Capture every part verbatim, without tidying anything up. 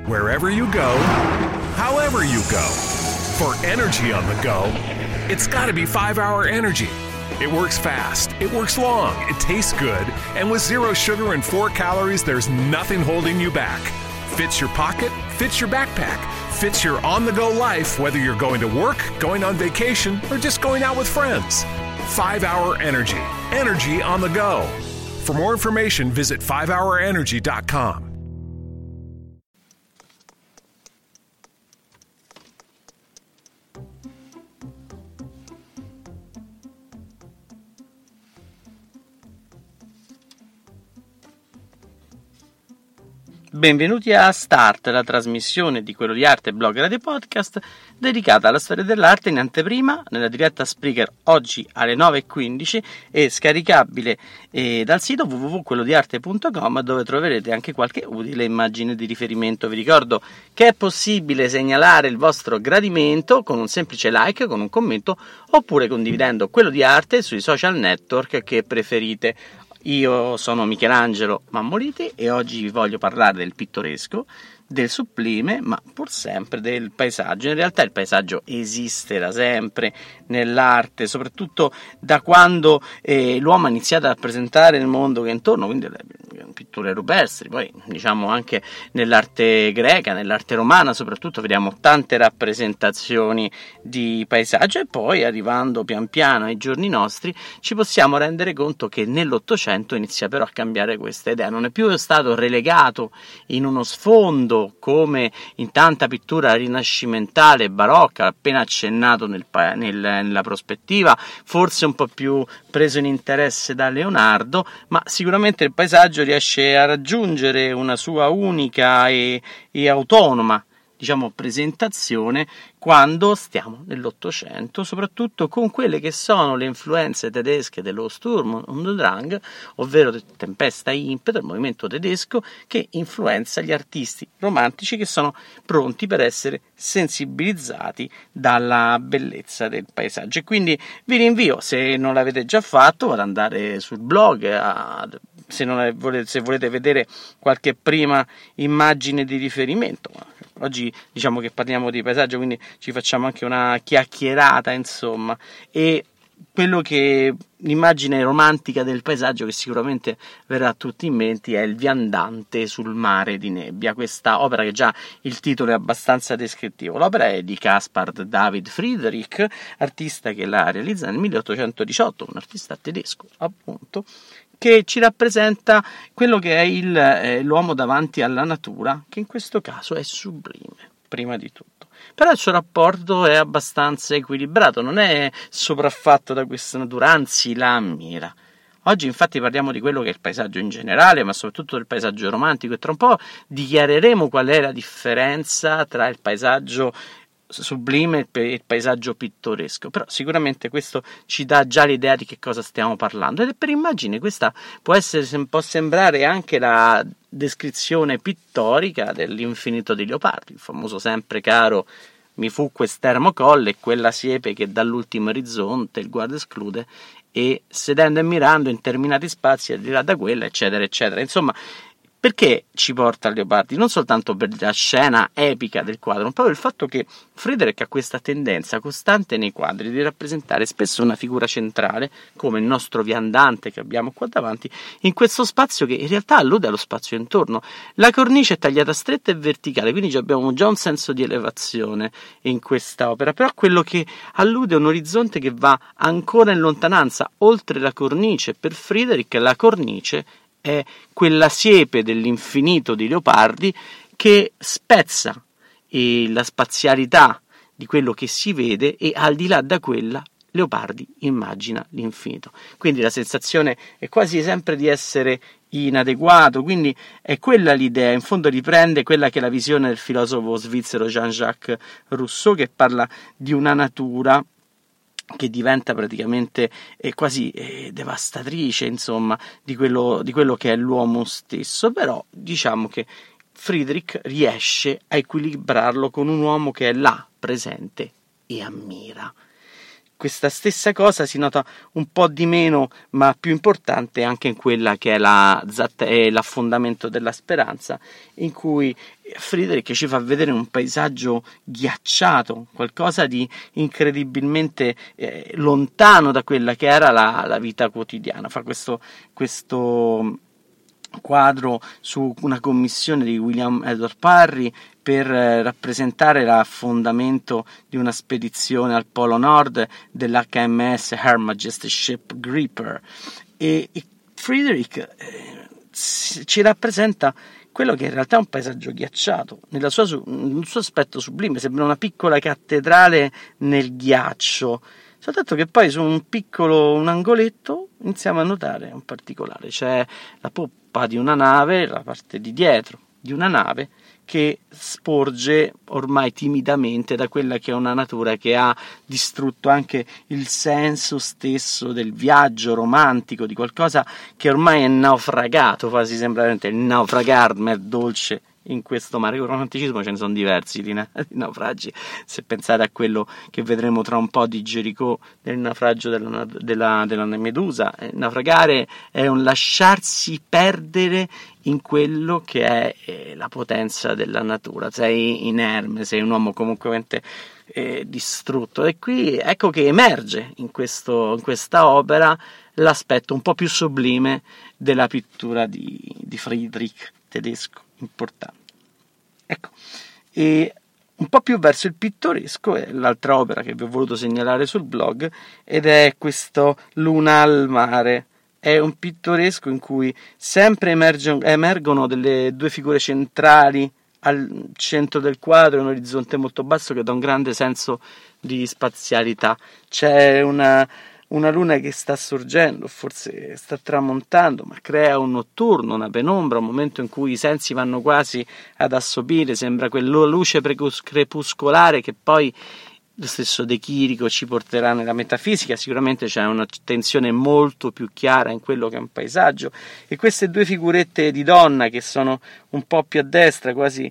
wherever you go, however you go. For energy on the go, it's gotta be five hour Energy. It works fast, it works long, it tastes good, and with zero sugar and four calories, there's nothing holding you back. Fits your pocket, fits your backpack, fits your on-the-go life, whether you're going to work, going on vacation, or just going out with friends. five hour Energy. Energy on the go. For more information, visit five hour energy dot com. Benvenuti a Start, la trasmissione di Quello di Arte, blog e radio podcast dedicata alla storia dell'arte in anteprima, nella diretta Spreaker oggi alle nove e quindici e scaricabile eh, dal sito w w w punto quello di arte punto com, dove troverete anche qualche utile immagine di riferimento. Vi ricordo che è possibile segnalare il vostro gradimento con un semplice like, con un commento, oppure condividendo Quello di Arte sui social network che preferite. Io sono Michelangelo Mammoliti e oggi vi voglio parlare del pittoresco, del sublime, ma pur sempre del paesaggio. In realtà il paesaggio esiste da sempre nell'arte, soprattutto da quando eh, l'uomo ha iniziato a rappresentare il mondo che è intorno, quindi le pitture rupestri, poi diciamo anche nell'arte greca, nell'arte romana soprattutto vediamo tante rappresentazioni di paesaggio, e poi arrivando pian piano ai giorni nostri ci possiamo rendere conto che nell'Ottocento inizia però a cambiare questa idea, non è più stato relegato in uno sfondo come in tanta pittura rinascimentale e barocca, appena accennato nel, nel, nella prospettiva, forse un po' più preso in interesse da Leonardo, ma sicuramente il paesaggio riesce a raggiungere una sua unica e, e autonoma, diciamo, presentazione quando stiamo nell'Ottocento, soprattutto con quelle che sono le influenze tedesche dello Sturm und Drang, ovvero tempesta e impeto, il movimento tedesco che influenza gli artisti romantici che sono pronti per essere sensibilizzati dalla bellezza del paesaggio. E quindi vi rinvio, se non l'avete già fatto, ad andare sul blog, a, se, non volete, se volete vedere qualche prima immagine di riferimento. Oggi diciamo che parliamo di paesaggio, quindi ci facciamo anche una chiacchierata, insomma, e quello che l'immagine romantica del paesaggio che sicuramente verrà a tutti in mente è il viandante sul mare di nebbia, questa opera che già il titolo è abbastanza descrittivo. L'opera è di Caspar David Friedrich, artista che la realizza nel milleottocentodiciotto, un artista tedesco appunto, che ci rappresenta quello che è il, eh, l'uomo davanti alla natura, che in questo caso è sublime, prima di tutto. Però il suo rapporto è abbastanza equilibrato, non è sopraffatto da questa natura, anzi la ammira. Oggi infatti parliamo di quello che è il paesaggio in generale, ma soprattutto del paesaggio romantico, e tra un po' dichiareremo qual è la differenza tra il paesaggio sublime e il paesaggio pittoresco. Però sicuramente questo ci dà già l'idea di che cosa stiamo parlando, ed è per immagine questa può essere, può sembrare anche la descrizione pittorica dell'infinito di Leopardi, il famoso sempre caro mi fu quest'ermo colle, quella siepe che dall'ultimo orizzonte il guardo esclude, e sedendo e mirando interminati spazi al di là da quella, eccetera eccetera. Insomma, perché ci porta a Leopardi? Non soltanto per la scena epica del quadro, ma proprio il fatto che Friedrich ha questa tendenza costante nei quadri di rappresentare spesso una figura centrale, come il nostro viandante che abbiamo qua davanti, in questo spazio che in realtà allude allo spazio intorno. La cornice è tagliata stretta e verticale, quindi abbiamo già un senso di elevazione in questa opera, però quello che allude a un orizzonte che va ancora in lontananza, oltre la cornice. Per Friedrich la cornice è quella siepe dell'infinito di Leopardi che spezza eh, la spazialità di quello che si vede, e al di là da quella Leopardi immagina l'infinito. Quindi la sensazione è quasi sempre di essere inadeguato, quindi è quella l'idea, in fondo riprende quella che è la visione del filosofo svizzero Jean-Jacques Rousseau, che parla di una natura che diventa praticamente eh, quasi eh, devastatrice, insomma, di quello, di quello che è l'uomo stesso. Però diciamo che Friedrich riesce a equilibrarlo con un uomo che è là, presente e ammira. questa stessa cosa si nota un po' di meno, ma più importante anche in quella che è, la, è l'affondamento della speranza, in cui Friedrich ci fa vedere un paesaggio ghiacciato, qualcosa di incredibilmente eh, lontano da quella che era la, la vita quotidiana. Fa questo, questo quadro su una commissione di William Edward Parry per eh, rappresentare l'affondamento di una spedizione al Polo Nord dell'H M S Her Majesty's Ship Gripper, e, e Friedrich eh, ci rappresenta quello che in realtà è un paesaggio ghiacciato nella sua, nel suo aspetto sublime. Sembra una piccola cattedrale nel ghiaccio, soltanto che poi su un piccolo un angoletto iniziamo a notare un particolare: c'è la poppa di una nave, la parte di dietro di una nave che sporge ormai timidamente da quella che è una natura che ha distrutto anche il senso stesso del viaggio romantico, di qualcosa che ormai è naufragato, quasi sembra veramente il naufragarme dolce in questo mare. Il romanticismo ce ne sono diversi di, na- di naufragi, se pensate a quello che vedremo tra un po' di Gericault, del naufragio della, della, della Medusa. Eh, naufragare è un lasciarsi perdere in quello che è eh, la potenza della natura. Sei inerme, sei un uomo comunque eh, distrutto, e qui ecco che emerge in, questo, in questa opera l'aspetto un po' più sublime della pittura di, di Friedrich tedesco, importante. Ecco, e un po' più verso il pittoresco è l'altra opera che vi ho voluto segnalare sul blog, ed è questo Luna al mare. È un pittoresco in cui sempre emerge, emergono delle due figure centrali al centro del quadro, un orizzonte molto basso che dà un grande senso di spazialità. C'è una una luna che sta sorgendo, forse sta tramontando, ma crea un notturno, una penombra, un momento in cui i sensi vanno quasi ad assopire. Sembra quella luce crepuscolare che poi lo stesso De Chirico ci porterà nella metafisica. Sicuramente c'è una tensione molto più chiara in quello che è un paesaggio, e queste due figurette di donna che sono un po' più a destra, quasi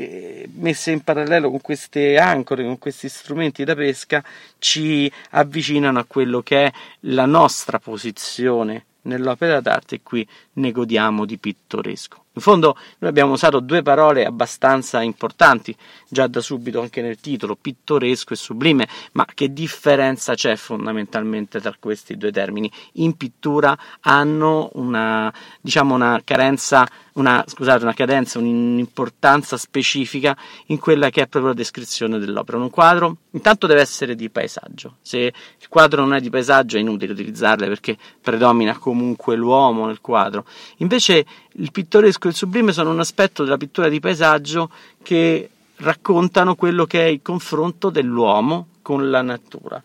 messe in parallelo con queste ancore, con questi strumenti da pesca, ci avvicinano a quello che è la nostra posizione nell'opera d'arte, e qui ne godiamo di pittoresco. In fondo noi abbiamo usato due parole abbastanza importanti già da subito anche nel titolo, pittoresco e sublime, ma che differenza c'è fondamentalmente tra questi due termini? In pittura hanno una, diciamo, una carenza, una, scusate, una cadenza, un'importanza specifica in quella che è proprio la descrizione dell'opera. Un quadro intanto deve essere di paesaggio. Se il quadro non è di paesaggio è inutile utilizzarle, perché predomina comunque l'uomo nel quadro. Invece il pittoresco e il sublime sono un aspetto della pittura di paesaggio che raccontano quello che è il confronto dell'uomo con la natura.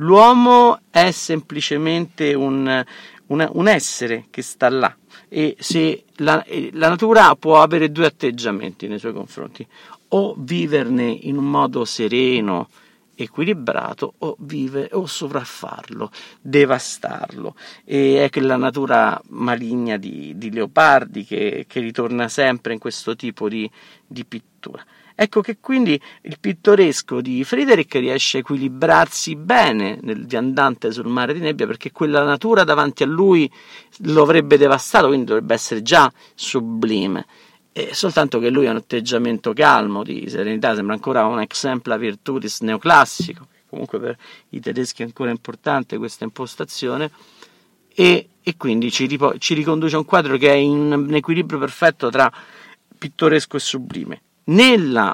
L'uomo è semplicemente un, un, un essere che sta là, e se la, la natura può avere due atteggiamenti nei suoi confronti: o viverne in un modo sereno, equilibrato, o vive o sopraffarlo, devastarlo. E è quella natura maligna di, di Leopardi che, che ritorna sempre in questo tipo di, di pittura. Ecco che quindi il pittoresco di Friedrich riesce a equilibrarsi bene nel viandante sul mare di nebbia, perché quella natura davanti a lui lo avrebbe devastato, quindi dovrebbe essere già sublime. E soltanto che lui ha un atteggiamento calmo, di serenità, sembra ancora un exempla virtutis neoclassico, comunque per i tedeschi è ancora importante questa impostazione, e, e quindi ci, ripo- ci riconduce a un quadro che è in un equilibrio perfetto tra pittoresco e sublime. Nella,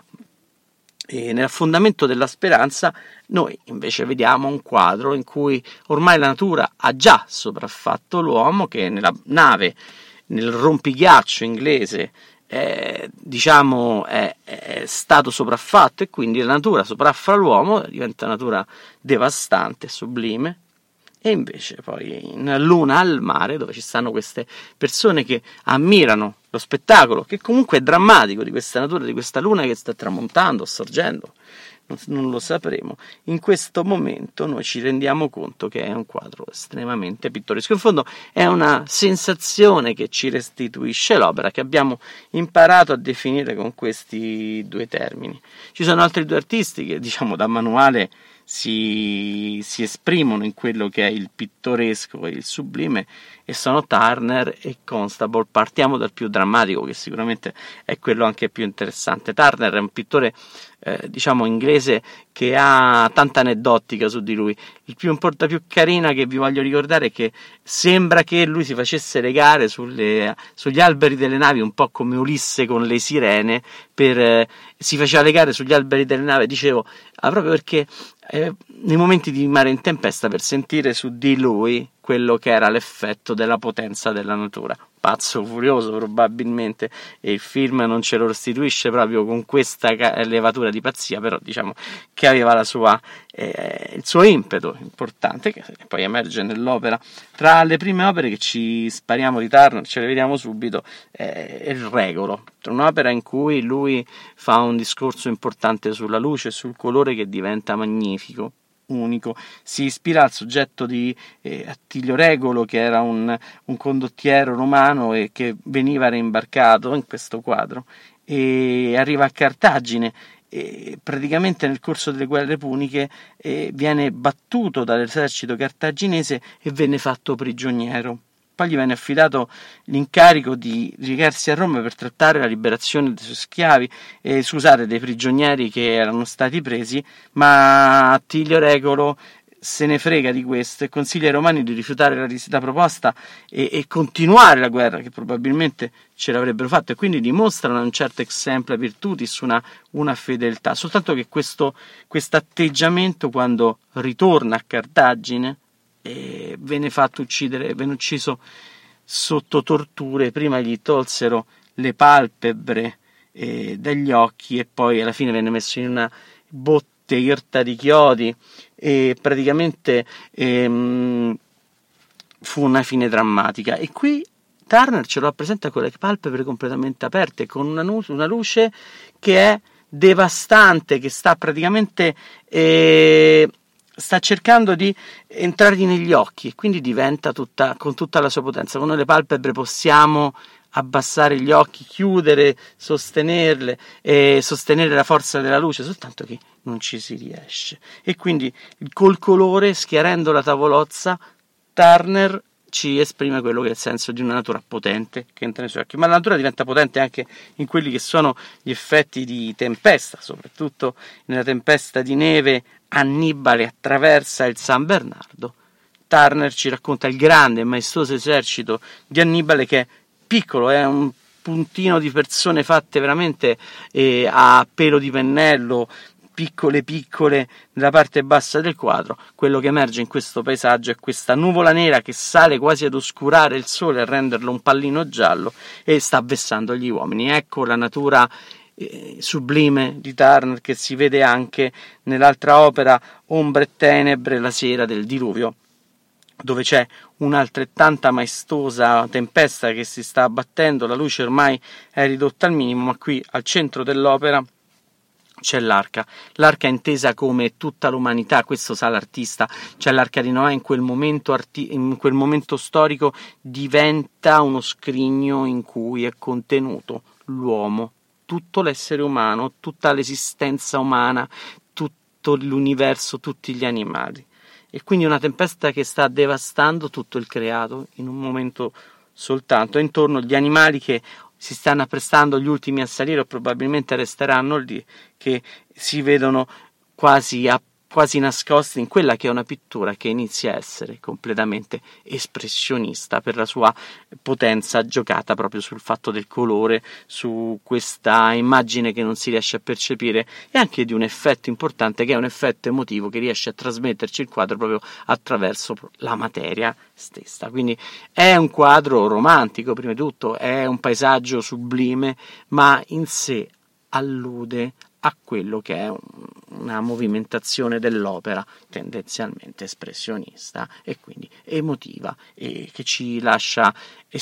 eh, nell'affondamento della speranza noi invece vediamo un quadro in cui ormai la natura ha già sopraffatto l'uomo, che nella nave, nel rompighiaccio inglese, Eh, diciamo è, è stato sopraffatto, e quindi la natura sopraffa l'uomo, diventa natura devastante, sublime. E invece poi in Luna al mare, dove ci stanno queste persone che ammirano lo spettacolo, che comunque è drammatico, di questa natura, di questa luna che sta tramontando, sorgendo non, non lo sapremo. In questo momento noi ci rendiamo conto che è un quadro estremamente pittoresco. In fondo è una sensazione che ci restituisce l'opera, che abbiamo imparato a definire con questi due termini. Ci sono altri due artisti che, diciamo, da manuale si, si esprimono in quello che è il pittoresco e il sublime, e sono Turner e Constable. Partiamo dal più drammatico, che sicuramente è quello anche più interessante. Turner è un pittore eh, diciamo inglese che ha tanta aneddotica su di lui. Il più importa più carina che vi voglio ricordare è che sembra che lui si facesse legare sulle, sugli alberi delle navi, un po' come Ulisse con le sirene, per, eh, si faceva legare sugli alberi delle navi, dicevo, ah, proprio perché eh, nei momenti di mare in tempesta, per sentire su di lui quello che era l'effetto della potenza della natura. Pazzo furioso probabilmente, e il film non ce lo restituisce proprio con questa levatura di pazzia, però diciamo che aveva la sua, eh, il suo impeto importante, che poi emerge nell'opera. Tra le prime opere che ci spariamo di Turner, ce le vediamo subito, eh, è il Regolo, un'opera in cui lui fa un discorso importante sulla luce e sul colore che diventa magnifico, unico. Si ispira al soggetto di eh, Attilio Regolo, che era un, un condottiero romano e che veniva reimbarcato in questo quadro, e arriva a Cartagine e praticamente nel corso delle guerre puniche eh, viene battuto dall'esercito cartaginese e venne fatto prigioniero. Poi gli venne affidato l'incarico di recarsi a Roma per trattare la liberazione dei suoi schiavi, e scusate, dei prigionieri che erano stati presi, ma Attilio Regolo se ne frega di questo e consiglia ai romani di rifiutare la, la proposta e, e continuare la guerra, che probabilmente ce l'avrebbero fatto, e quindi dimostrano un certo exempla virtutis, una, una fedeltà. Soltanto che questo atteggiamento, quando ritorna a Cartagine, e venne fatto uccidere, venne ucciso sotto torture. Prima gli tolsero le palpebre eh, dagli occhi e poi alla fine venne messo in una botte irta di chiodi, e praticamente ehm, fu una fine drammatica. E qui Turner ce lo rappresenta con le palpebre completamente aperte, con una, nu- una luce che è devastante, che sta praticamente eh, sta cercando di entrargli negli occhi, e quindi diventa tutta, con tutta la sua potenza. Con le palpebre possiamo abbassare gli occhi, chiudere, sostenerle, e sostenere la forza della luce, soltanto che non ci si riesce. E quindi col colore, schiarendo la tavolozza, Turner ci esprime quello che è il senso di una natura potente che entra nei suoi occhi. Ma la natura diventa potente anche in quelli che sono gli effetti di tempesta, soprattutto nella tempesta di neve. Annibale attraversa il San Bernardo. Turner ci racconta il grande e maestoso esercito di Annibale, che è piccolo, è un puntino di persone fatte veramente eh, a pelo di pennello, piccole piccole nella parte bassa del quadro. Quello che emerge in questo paesaggio è questa nuvola nera che sale quasi ad oscurare il sole, a renderlo un pallino giallo, e sta vessando gli uomini. Ecco la natura eh, sublime di Turner, che si vede anche nell'altra opera Ombre e tenebre, la sera del diluvio, dove c'è un'altrettanta maestosa tempesta che si sta abbattendo. La luce ormai è ridotta al minimo, ma qui al centro dell'opera c'è l'arca, l'arca intesa come tutta l'umanità. Questo sa l'artista. C'è l'arca di Noè, in quel momento arti- in quel momento storico diventa uno scrigno in cui è contenuto l'uomo, tutto l'essere umano, tutta l'esistenza umana, tutto l'universo, tutti gli animali. E quindi una tempesta che sta devastando tutto il creato in un momento soltanto, e intorno gli animali che si stanno apprestando gli ultimi a salire, o probabilmente resteranno lì, che si vedono quasi a quasi nascosti in quella che è una pittura che inizia a essere completamente espressionista per la sua potenza giocata proprio sul fatto del colore, su questa immagine che non si riesce a percepire, e anche di un effetto importante che è un effetto emotivo che riesce a trasmetterci il quadro proprio attraverso la materia stessa. Quindi è un quadro romantico, prima di tutto, è un paesaggio sublime, ma in sé allude a quello che è una movimentazione dell'opera tendenzialmente espressionista e quindi emotiva, e che ci lascia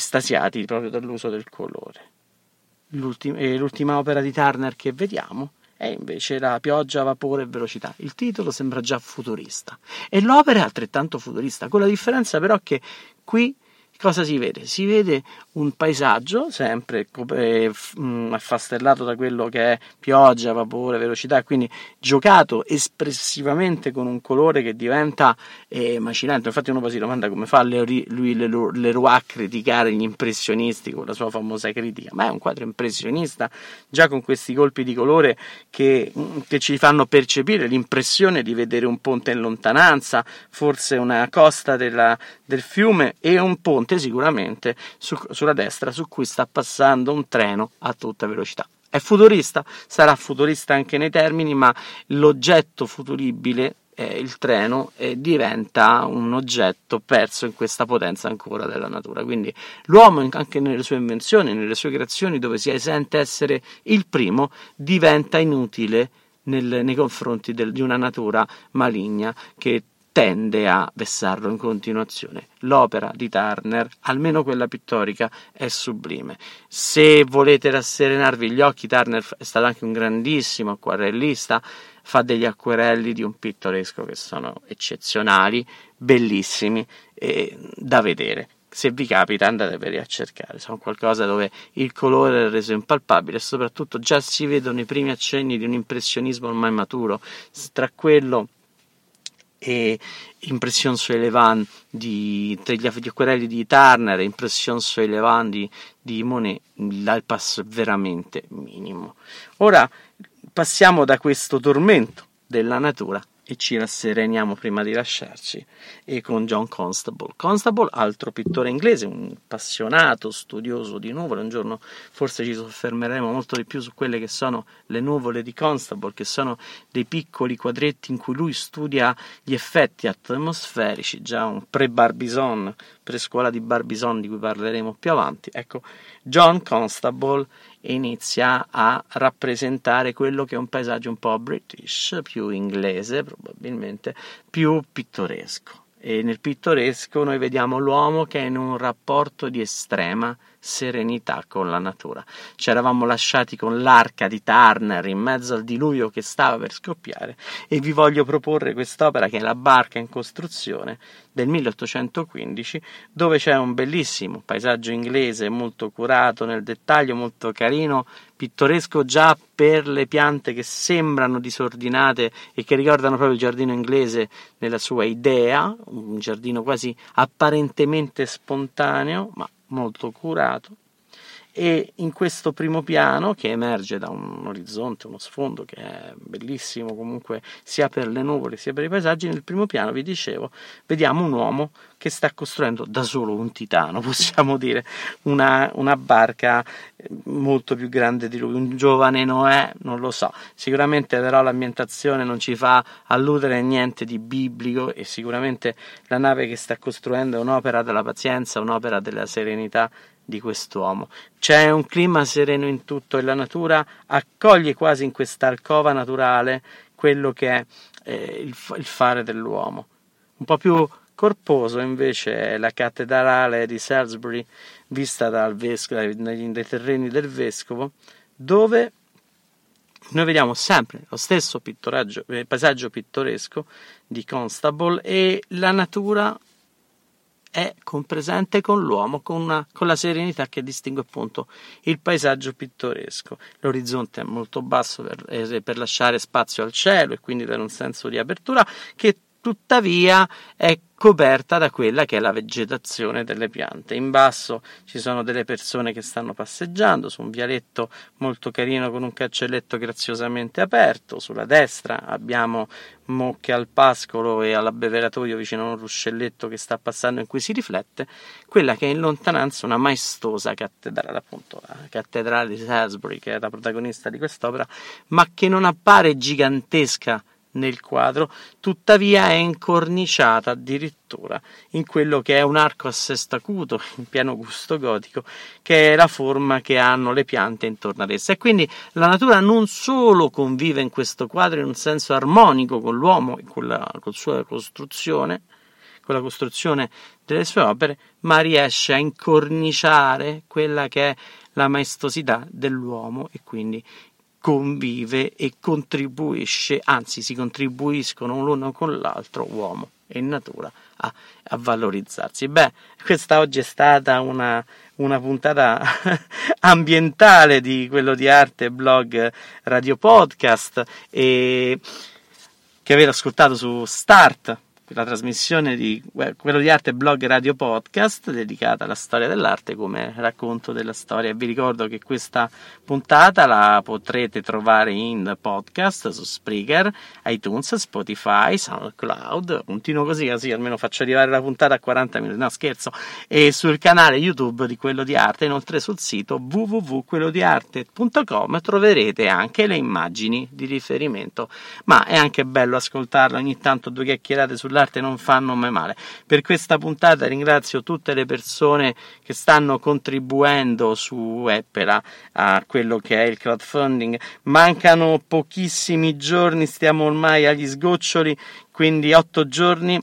estasiati proprio dall'uso del colore. L'ultima, eh, l'ultima opera di Turner che vediamo è invece la pioggia, vapore e velocità. Il titolo sembra già futurista e l'opera è altrettanto futurista, con la differenza però che qui cosa si vede? Si vede un paesaggio sempre eh, affastellato da quello che è pioggia, vapore, velocità, quindi giocato espressivamente con un colore che diventa eh, macilento. Infatti uno poi si domanda come fa lui Leroy a criticare gli impressionisti con la sua famosa critica, ma è un quadro impressionista già con questi colpi di colore che, che ci fanno percepire l'impressione di vedere un ponte in lontananza, forse una costa della, del fiume e un ponte sicuramente su, sulla destra su cui sta passando un treno a tutta velocità. È futurista? Sarà futurista anche nei termini, ma l'oggetto futuribile, eh, il treno, eh, diventa un oggetto perso in questa potenza ancora della natura. Quindi l'uomo, anche nelle sue invenzioni, nelle sue creazioni, dove si sente essere il primo, diventa inutile nel, nei confronti del, di una natura maligna che tende a vessarlo in continuazione. L'opera di Turner, almeno quella pittorica, è sublime. Se volete rasserenarvi gli occhi, Turner è stato anche un grandissimo acquarellista, fa degli acquerelli di un pittoresco che sono eccezionali, bellissimi e da vedere. Se vi capita andateveli a cercare, sono qualcosa dove il colore è reso impalpabile e soprattutto già si vedono i primi accenni di un impressionismo ormai maturo, tra quello e Impression sur les Vents di, tra gli acquerelli di Turner e Impression sur les Vents di, di Monet, là il passo è veramente minimo. Ora passiamo da questo tormento della natura e ci rassereniamo prima di lasciarci e con John Constable. Constable, altro pittore inglese, un appassionato studioso di nuvole. Un giorno forse ci soffermeremo molto di più su quelle che sono le nuvole di Constable, che sono dei piccoli quadretti in cui lui studia gli effetti atmosferici, già un pre-Barbizon, pre-scuola di Barbizon di cui parleremo più avanti. Ecco, John Constable inizia a rappresentare quello che è un paesaggio un po' british, più inglese probabilmente, più pittoresco. E nel pittoresco noi vediamo l'uomo che è in un rapporto di estrema serenità con la natura. Ci eravamo lasciati con l'arca di Turner in mezzo al diluvio che stava per scoppiare e vi voglio proporre quest'opera che è La barca in costruzione del milleottocentoquindici, dove c'è un bellissimo paesaggio inglese molto curato nel dettaglio, molto carino, pittoresco già per le piante che sembrano disordinate e che ricordano proprio il giardino inglese nella sua idea, un giardino quasi apparentemente spontaneo ma molto curato. E in questo primo piano, che emerge da un orizzonte, uno sfondo che è bellissimo comunque sia per le nuvole sia per i paesaggi, nel primo piano, vi dicevo, vediamo un uomo che sta costruendo da solo un titano, possiamo dire, una, una barca molto più grande di lui, un giovane Noè, non lo so, sicuramente però l'ambientazione non ci fa alludere a niente di biblico e sicuramente la nave che sta costruendo è un'opera della pazienza, un'opera della serenità di quest'uomo. C'è un clima sereno in tutto e la natura accoglie quasi in questa alcova naturale quello che è eh, il, il fare dell'uomo. Un po' più corposo invece è la cattedrale di Salisbury vista dal vescovo, dai, dai terreni del vescovo, dove noi vediamo sempre lo stesso eh, paesaggio pittoresco di Constable e la natura è presente con l'uomo, con, una, con la serenità che distingue appunto il paesaggio pittoresco. L'orizzonte è molto basso per, eh, per lasciare spazio al cielo e quindi dare un senso di apertura che tuttavia è coperta da quella che è la vegetazione delle piante. In basso ci sono delle persone che stanno passeggiando su un vialetto molto carino con un cancelletto graziosamente aperto. Sulla destra abbiamo mucche al pascolo e all'abbeveratoio vicino a un ruscelletto che sta passando in cui si riflette quella che è in lontananza una maestosa cattedrale, appunto la cattedrale di Salisbury, che è la protagonista di quest'opera, ma che non appare gigantesca nel quadro, tuttavia è incorniciata addirittura in quello che è un arco a sesto acuto in pieno gusto gotico, che è la forma che hanno le piante intorno ad essa. E quindi la natura non solo convive in questo quadro in un senso armonico con l'uomo e con la, con la sua costruzione, con la costruzione delle sue opere, ma riesce a incorniciare quella che è la maestosità dell'uomo e quindi convive e contribuisce, anzi si contribuiscono l'uno con l'altro, uomo e natura, a, a valorizzarsi. Beh, questa oggi è stata una, una puntata ambientale di Quello di Arte blog radio podcast e che avete ascoltato su Start, la trasmissione di Quello di Arte blog radio podcast dedicata alla storia dell'arte come racconto della storia. Vi ricordo che questa puntata la potrete trovare in podcast su Spreaker, iTunes, Spotify, SoundCloud, continuo così così almeno faccio arrivare la puntata a quaranta minuti, no scherzo, e sul canale YouTube di Quello di Arte. Inoltre sul sito w w w punto quello di arte punto com troverete anche le immagini di riferimento, ma è anche bello ascoltarlo ogni tanto, due chiacchierate sull'arte non fanno mai male. Per questa puntata ringrazio tutte le persone che stanno contribuendo su Eppera a quello che è il crowdfunding. Mancano pochissimi giorni, stiamo ormai agli sgoccioli, quindi otto giorni.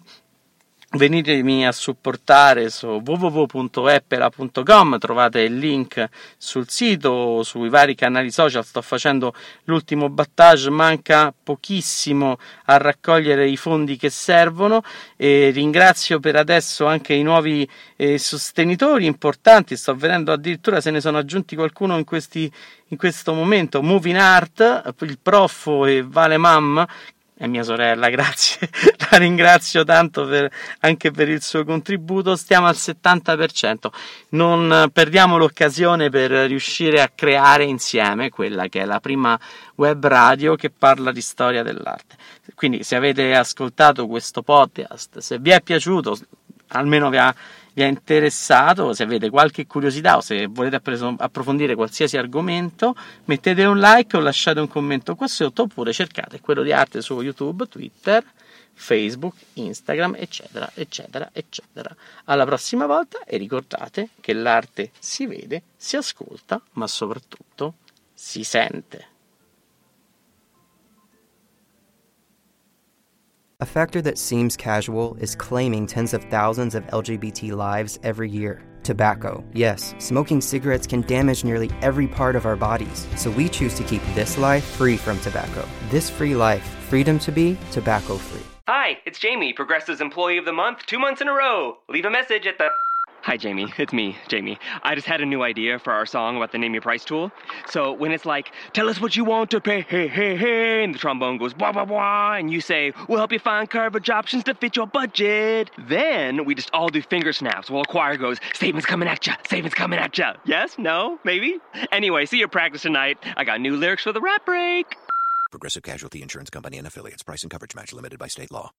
Venitemi a supportare su w w w punto eppera punto com, trovate il link sul sito, sui vari canali social. Sto facendo l'ultimo battage, manca pochissimo a raccogliere i fondi che servono e ringrazio per adesso anche i nuovi eh, sostenitori importanti. Sto vedendo addirittura se ne sono aggiunti qualcuno in questi in questo momento. Moving Art, il Proffo e Vale Mam, è mia sorella, grazie, la ringrazio tanto per, anche per il suo contributo. Stiamo al settanta per cento, non perdiamo l'occasione per riuscire a creare insieme quella che è la prima web radio che parla di storia dell'arte. Quindi se avete ascoltato questo podcast, se vi è piaciuto, almeno vi ha vi è interessato, se avete qualche curiosità o se volete approfondire qualsiasi argomento, mettete un like o lasciate un commento qua sotto, oppure cercate Quello di Arte su YouTube, Twitter, Facebook, Instagram, eccetera, eccetera, eccetera. Alla prossima volta e ricordate che l'arte si vede, si ascolta, ma soprattutto si sente. A factor that seems casual is claiming tens of thousands of L G B T lives every year. Tobacco. Yes, smoking cigarettes can damage nearly every part of our bodies, so we choose to keep this life free from tobacco. This free life, freedom to be tobacco-free. Hi, it's Jamie, Progressive's Employee of the Month, two months in a row. Leave a message at the... Hi, Jamie. It's me, Jamie. I just had a new idea for our song about the Name Your Price tool. So when it's like, tell us what you want to pay, hey, hey, hey, and the trombone goes, blah, blah, blah, and you say, we'll help you find coverage options to fit your budget. Then we just all do finger snaps while a choir goes, savings coming at ya, savings coming at ya. Yes? No? Maybe? Anyway, see your practice tonight. I got new lyrics for the rap break. Progressive Casualty Insurance Company and Affiliates. Price and coverage match limited by state law.